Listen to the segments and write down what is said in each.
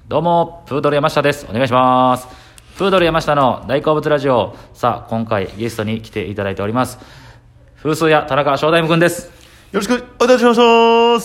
どうもプードル山下です。お願いします。プードル山下の大好物ラジオ。さあ今回ゲストに来ていただいております。風数屋田中翔大夢くんです。 よろしくお願いします。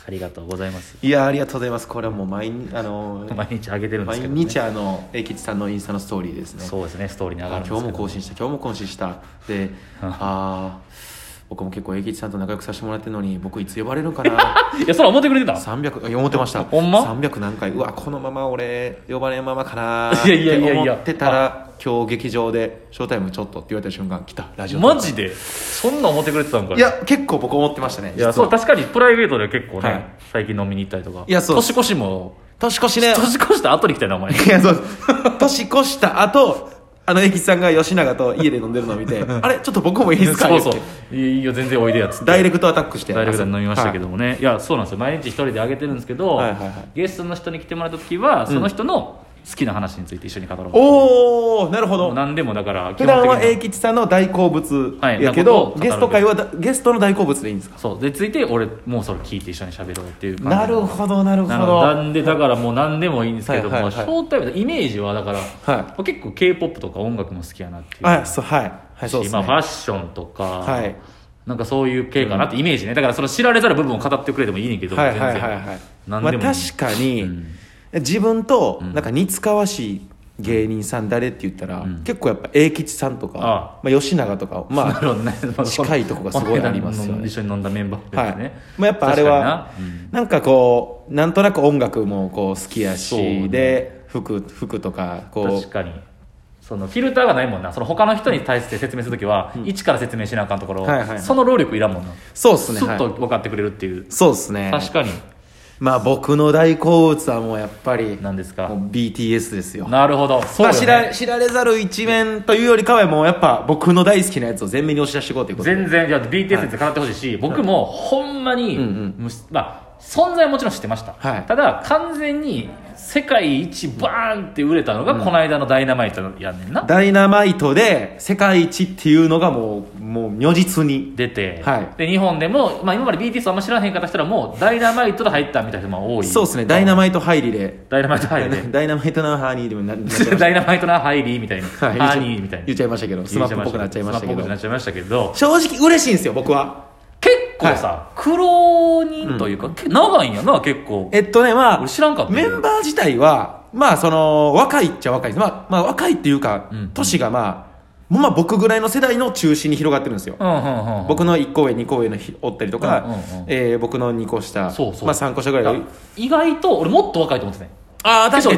ありがとうございます。 いやありがとうございます。これはもう毎日上げてるんですけど、ね、 毎日英吉さんのインスタのストーリーですね。 そうですね、ストーリーに上がるんですけど、 今日も更新したで僕も結構英吉さんと仲良くさせてもらってるのに僕いつ呼ばれるかないやそれ思ってくれてた 300思ってました。 ほんま 300何回、うわこのまま俺呼ばれんままかなっいやて思ってたら、今日劇場でショータイムちょっとって言われた瞬間来たラジオ。 マジでそんな思ってくれてたんか。 いや結構僕思ってましたね。 いやそう確かにプライベートで結構ね、 はい、 最近飲みに行ったりとか。 いやそう年越しも年越しね、 年越した後に来たよなお前。 いやそう年越した後英吉さんが吉永と家で飲んでるのを見てあれちょっと僕もいいですかそういいよ全然おいでやつってダイレクトアタックしてダイレクトで飲みましたけどもね、はい、いやそうなんですよ。毎日一人であげてるんですけど、 はいはいはい、ゲストの人に来てもらった時はその人の好きな話について一緒に語ろう、 おおなるほど。 何でもだから普段は英吉さんの大好物やけど、ゲスト会はゲストの大好物でいいんですか。 そうでついて俺もうそれ聞いて一緒に喋ろうっていう感じ。 なるほどなんでだからもう何でもいいんですけども、 はいはいはい、 ショータイムのイメージはだから、はい、結構 K-POP とか音楽も好きやなっていう。 はいそうですね。 ファッションとか、はい、なんかそういう系かなってイメージね。だからその知られざる部分を語ってくれてもいいねんけど、 はいはいはいはい、 何でもいい。 確かに、自分となんか似つかわしい芸人さん誰って言ったら、結構やっぱ英吉さんとか吉永とか近いとこがすごいありますよね。 一緒に飲んだメンバーですね、 やっぱあれはなんかこうなんとなく音楽もこう好きやし、で服とかこう確かにそのフィルターがないもんな。その他の人に対して説明するときは、一から説明しなあかんところ、その労力いらんもんな。 そうっすね。 スッと分かってくれるっていう。 そうっすね。 確かに。 僕の大好物はもうやっぱり何ですか。 BTS ですよ。 なるほど。そうよね。 知られざる一面というよりかはもうやっぱ僕の大好きなやつを前面に押し出していこうということで。 全然いや BTS って語ってほしいし、僕もほんまに、存在はもちろん知ってました、はい、ただ完全に世界一バーンって売れたのがこの間のダイナマイトやねんな、 ダイナマイトで世界一っていうのがもう如実に出て、 はい、 で日本でも、今まで BTS あんま知らへんかった人らもダイナマイトで入ったみたいな人も多い。 そうですね。ダイナマイト入りでダイナマイト入りでダイナマイトなハーニーでもダイナマイトなハイリーみたいな、ハーニーみたいな言っちゃいましたけど、スマップっぽくなっちゃいましたけど、 正直嬉しいんですよ僕は。 結構さ、苦労人というか、長いんやな結構。俺知らんかった。 メンバー自体はその若いっちゃ若いです。若いっていうか、年が僕ぐらいの世代の中心に広がってるんですよ、僕の1個上2個上のおったりとか、僕の2個下、3個下ぐらい。 意外と俺もっと若いと思ってたね。 確かに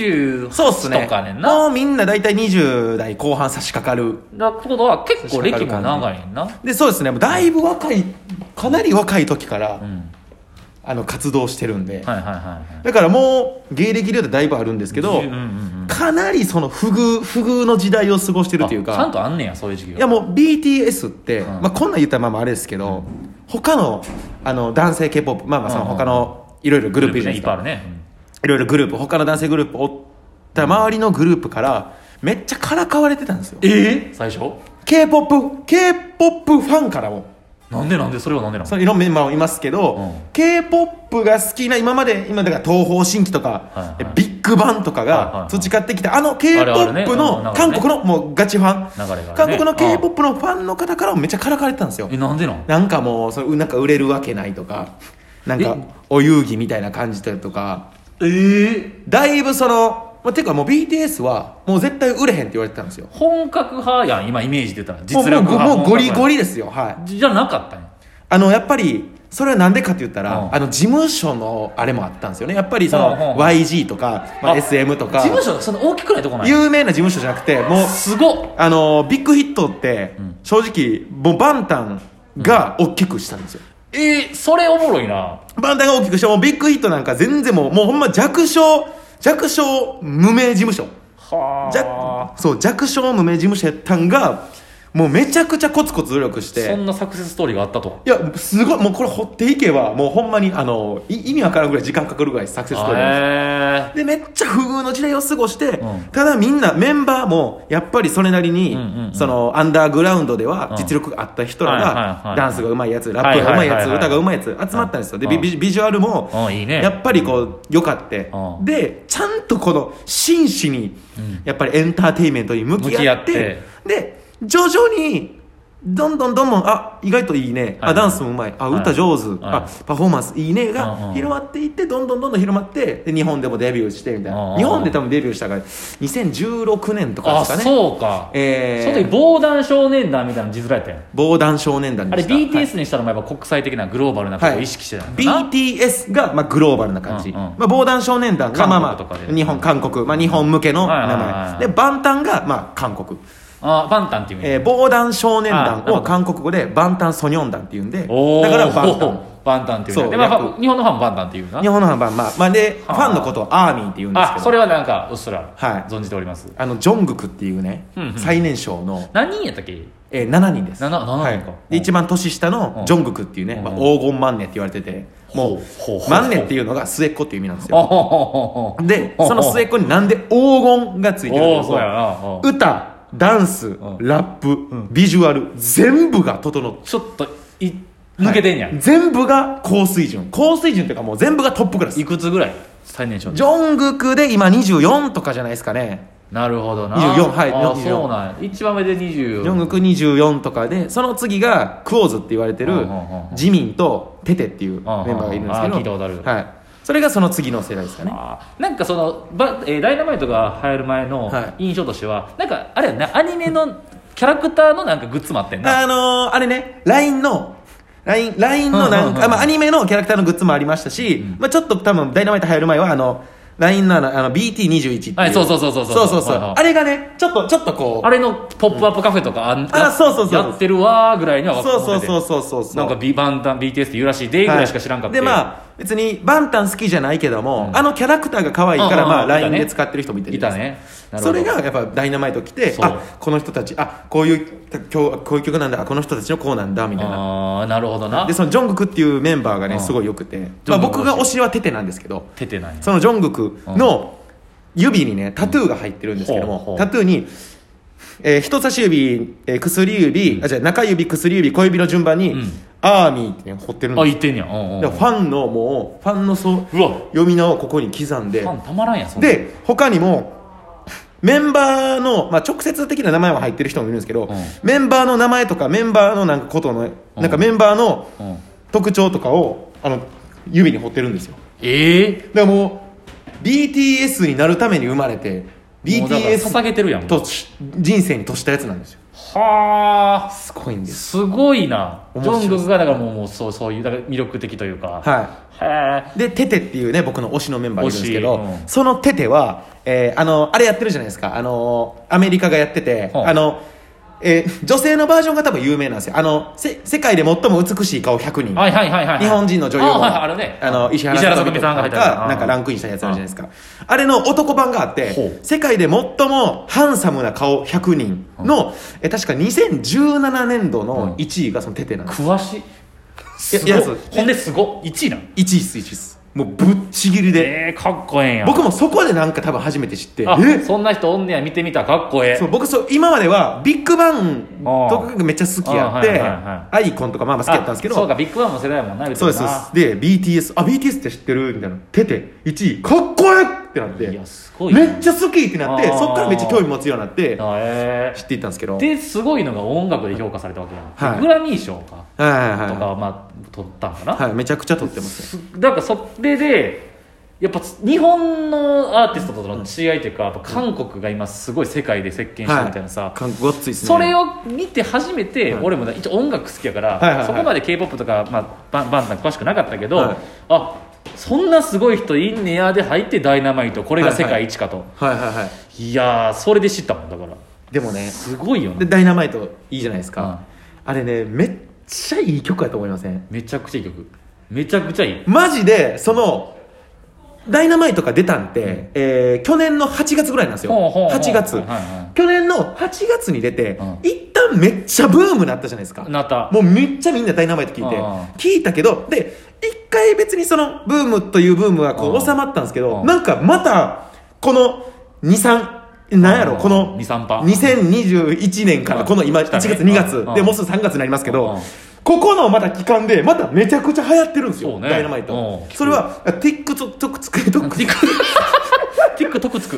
28とかねんな。 もうみんな大体20代後半差し掛かる。 だってことは結構歴も長いねんな。 でそうですね。だいぶ若い、かなり若い時から、活動してるんで、だからもう芸歴で言うとだいぶあるんですけど、かなりその不遇の時代を過ごしてるというか。 ちゃんとあんねやそういう時期が。 いやもう BTS って、こんなん言ったらあれですけど、他の男性 K-POP その他のいろいろグループいるじゃないですか。いろいろグループ、他の男性グループおった周りのグループからめっちゃからかわれてたんですよ。 最初 K-POP ファンからも。 なんでそれはなんでなの。 それいろんなメンバーもいますけど、K-POP が好きな今だから東方神起とか、ビッグバンとかが培ってきたK-POP の韓国のもうガチファン、韓国の K-POP のファンの方からもめっちゃからかわれてたんですよ。 なんでなの。 なんかもうなんか売れるわけないとか、なんかお遊戯みたいな感じだとか。だいぶてかもう BTS はもう絶対売れへんって言われてたんですよ。 本格派やん今イメージで言ったら。実力派もうゴリゴリですよ。はい。 じゃなかったね。 やっぱりそれはなんでかって言ったら、事務所のあれもあったんですよね。やっぱりYG とか、SM とか事務所その大きくないとこない。 有名な事務所じゃなくて、もうすごっ。 ビッグヒットって正直もうバンタンが大きくしたんですよ。 それおもろいな。 バンタンが大きくしてもビッグヒットなんか全然もうほんま弱小無名事務所。弱小無名事務所やったんがもうめちゃくちゃコツコツ努力してそんなサクセスストーリーがあったと。 いやすごいもうこれ掘っていけばもうほんまに意味わからんぐらい時間かかるぐらいサクセスストーリーなんですでめっちゃ不遇の時代を過ごして、ただみんなメンバーもやっぱりそれなりに、そのアンダーグラウンドでは実力があった人らがダンスが上手いやつラップが上手いやつ歌が上手いやつ集まったんですよでビジュアルもやっぱりこう良かってでちゃんとこの真摯にやっぱりエンターテインメントに向き合ってで徐々にどんどん意外といいね、ダンスもうまい、歌上手、パフォーマンスいいねが広まっていってどんどん広まってで日本でもデビューしてみたいな日本で多分デビューしたから2016年とかですかねそうか、その時防弾少年団みたいなの字面やったやん防弾少年団でしたあれ BTS にしたらやっぱ国際的なグローバルなことを意識してたのかな、 BTS がグローバルな感じ、防弾少年団が日本韓国、日本向けの名前でバンタンが韓国バンタンっていう防弾少年団を韓国語でバンタンソニョン団っていうんでだからバンタンっていうそうで、日本のファンもバンタンっていうな日本のファンでファンのことをアーミーって言うんですけどそれはなんかうっすら存じております、 ジョングクっていうね、最年少の何人やったっけ 7人です 7人か、 で一番年下のジョングクっていうね、黄金万年って言われててもう万年っていうのが末っ子っていう意味なんですよでその末っ子になんで黄金がついてるのか歌ダンス、ラップ、ビジュアル全部が整ってちょっと抜けてんや、 全部が高水準っていうかもう全部がトップクラスいくつぐらい最年少ジョングクで今24とかじゃないですかねなるほどな 24はい 24そうなんや一番目で24 ジョングク24とかでその次がクオーズって言われてるジミンとテテっていうメンバーがいるんですけど聞いたことあるはいそれがその次の世代ですかねなんかそのダイナマイトが流行る前の印象としては、なんかあれやなアニメのキャラクターのなんかグッズもあってんなあれね LINE のなんか、アニメのキャラクターのグッズもありましたし、ちょっと多分ダイナマイト流行る前はLINE のBT21 っていう、そうあれがねちょっとこうあれのポップアップカフェとかそうやってるわーぐらいには分かっててそうなんかバンタン BTS って言うらしいでぐらいしか知らんかったで別にバンタン好きじゃないけども、キャラクターが可愛いからLINE で使ってる人もいてるんですいたねそれがやっぱダイナマイト来てこの人たちこういう曲なんだこの人たちのこうなんだみたいななるほどなでそのジョングクっていうメンバーがねすごい良くて、僕が推しはテテなんですけどテテなんやそのジョングクの指にねタトゥーが入ってるんですけども、タトゥーに人差し指、薬指、中指、薬指、小指の順番に、アーミーってね、彫ってるんですよ。 言ってんやん。 ファンの読み名をここに刻んで、 ファンたまらんやん、 で、他にも、メンバーの、直接的な名前は入ってる人もいるんですけど、メンバーの名前とか、メンバーのなんかことの、なんかメンバーの特徴とかを、指に彫ってるんですよ。だからもう、BTS になるために生まれて、BTS 捧げてるやんと人生にとしたやつなんですよ。 はあすごいんです。 すごいな。ジョングクがだからもうそういうだから魅力的というか。 でテテっていうね僕の推しのメンバーいるんですけど、そのテテは、あれやってるじゃないですか。アメリカがやってて、女性のバージョンが多分有名なんですよ。世界で最も美しい顔100人。日本人の女優も、石原さとみさんがなんかランクインしたやつあるじゃないですか。あれの男版があって、世界で最もハンサムな顔100人の、確か2017年度の1位がそのテテなんです。 詳しい。ほんですごい。1位なん ?1 位っす。もうぶっちぎりでかっこええんや。 僕もそこでなんか多分初めて知って、 そんな人おんねや見てみたかっこええ。 そう僕今まではビッグバンとかがめっちゃ好きやってアイコンとか好きやったんですけど、 そうかビッグバンも世代やもんな。 そうですで BTS って知ってるみたいなテテ1位かっこええってなって、 いやすごいめっちゃ好きってなって、そっからめっちゃ興味持つようになって知っていったんですけど、 ですごいのが音楽で評価されたわけやん、グラミー賞かとかは取ったんかな、 めちゃくちゃ取ってますね。 だからそれでやっぱ日本のアーティストとの違いというか、韓国が今すごい世界で席巻してるみたいなさ、 韓国ごっついっすね。 それを見て初めて、俺も一応音楽好きやから、そこまで K-POP とか、バンタン詳しくなかったけど、そんなすごい人いんねやで入ってダイナマイトこれが世界一かと、いやーそれで知ったもんだから。 でもねすごいよね。 でダイナマイトいいじゃないですか、あれねめっちゃいい曲やと思いません？ めちゃくちゃいい曲、めちゃくちゃいい。 マジでダイナマイトが出たんて、去年の8月ぐらいなんですよ。8月、去年の8月に出て、一旦めっちゃブームになったじゃないですか。 なった。 もうめっちゃみんなダイナマイト聞いたけど、で一回別にそのブームというブームはこう収まったんですけど、なんかまたこの23なんやろ、この2021年からこの今1月2月でもうすぐ3月になりますけど、ここのまた期間でまためちゃくちゃ流行ってるんですよ、ダイナマイト。それは TikTok つく TikTok つく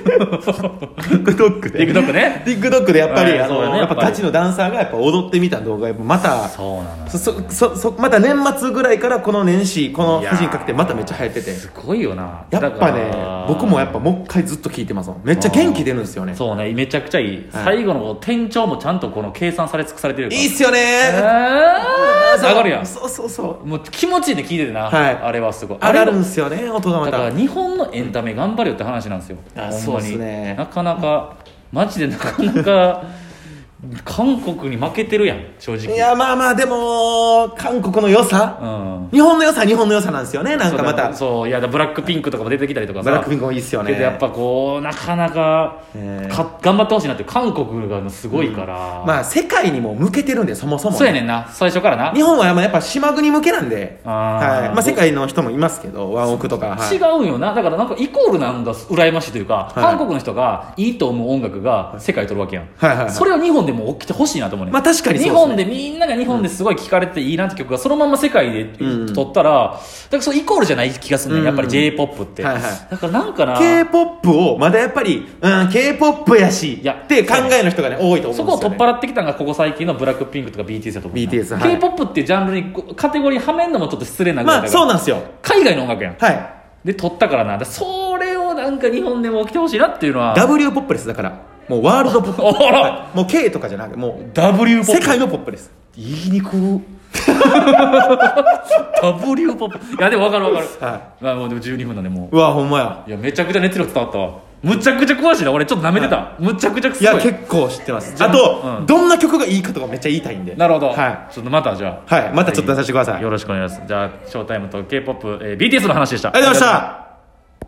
TikTok ね TikTok でやっぱりやっぱガチのダンサーがやっぱ踊ってみた動画がまたまた年末ぐらいからこの年始この年にかけてまためっちゃ流行ってて、 すごいよな。 やっぱね僕もやっぱもう一回ずっと聞いてますもん。めっちゃ元気出るんですよね。 そうね、めちゃくちゃいい。最後の転調もちゃんとこの計算され尽くされてるからいいっすよね。 上がるやん。 そうもう気持ちいいで聞いててな、あれはすごい上がるんですよね、音がまた。 だから日本のエンタメ頑張るよって話なんですよ。 そうですね。 なかなかマジでなかなか韓国に負けてるやん正直。 いやまあまあでも韓国の良さ、日本の良さなんですよね。なんかまたそういやブラックピンクとかも出てきたりとかさ。 ブラックピンクもいいっすよね。 けどやっぱこうなかなか、頑張ってほしいなって。韓国がすごいから、 まあ世界にも向けてるんでそもそも、 そうやねんな最初からな。 日本はやっぱ島国向けなんで、まあ世界の人もいますけどワンオクとか、 違うんよな。だからなんかイコールなんが羨ましいというか、韓国の人がいいと思う音楽が世界取るわけやん、それを日本でも起きてほしいなと思うね。 まあ確かにそうですね。 日本でみんなが日本ですごい聴かれていいなって曲がそのまま世界で撮ったら、だからそうイコールじゃない気がするね、やっぱり J-POP って、だからなんかな K-POP をまだやっぱり、K-POP やしって考えの人がね多いと思うんですよね。 そこを取っ払ってきたのがここ最近のブラックピンクとか BTS だと思う。 BTS、 K-POP っていうジャンルにカテゴリーはめんのもちょっと失礼なぐらいだから、 そうなんですよ。 海外の音楽やん、で撮ったからな。それをなんか日本でも起きてほしいなっていうのは。 W ポップです。だからもうワールドポップもう K とかじゃなくてもう W ポップ、 世界のポップです。 言いにくW ポップ。いやでも分かる、まあもうでも12分なんでもう。 うわほんまや。 いやめちゃくちゃ熱量伝わったわ。むちゃくちゃ詳しいな。俺ちょっと舐めてた、むちゃくちゃすごい。 いや結構知ってます。あと、どんな曲がいいかとかめっちゃ言いたいんで。 なるほど、ちょっとまたじゃあまたちょっと出させてください。 よろしくお願いします。じゃあショータイムと K-POP、BTS の話でした。 ありがとうございました。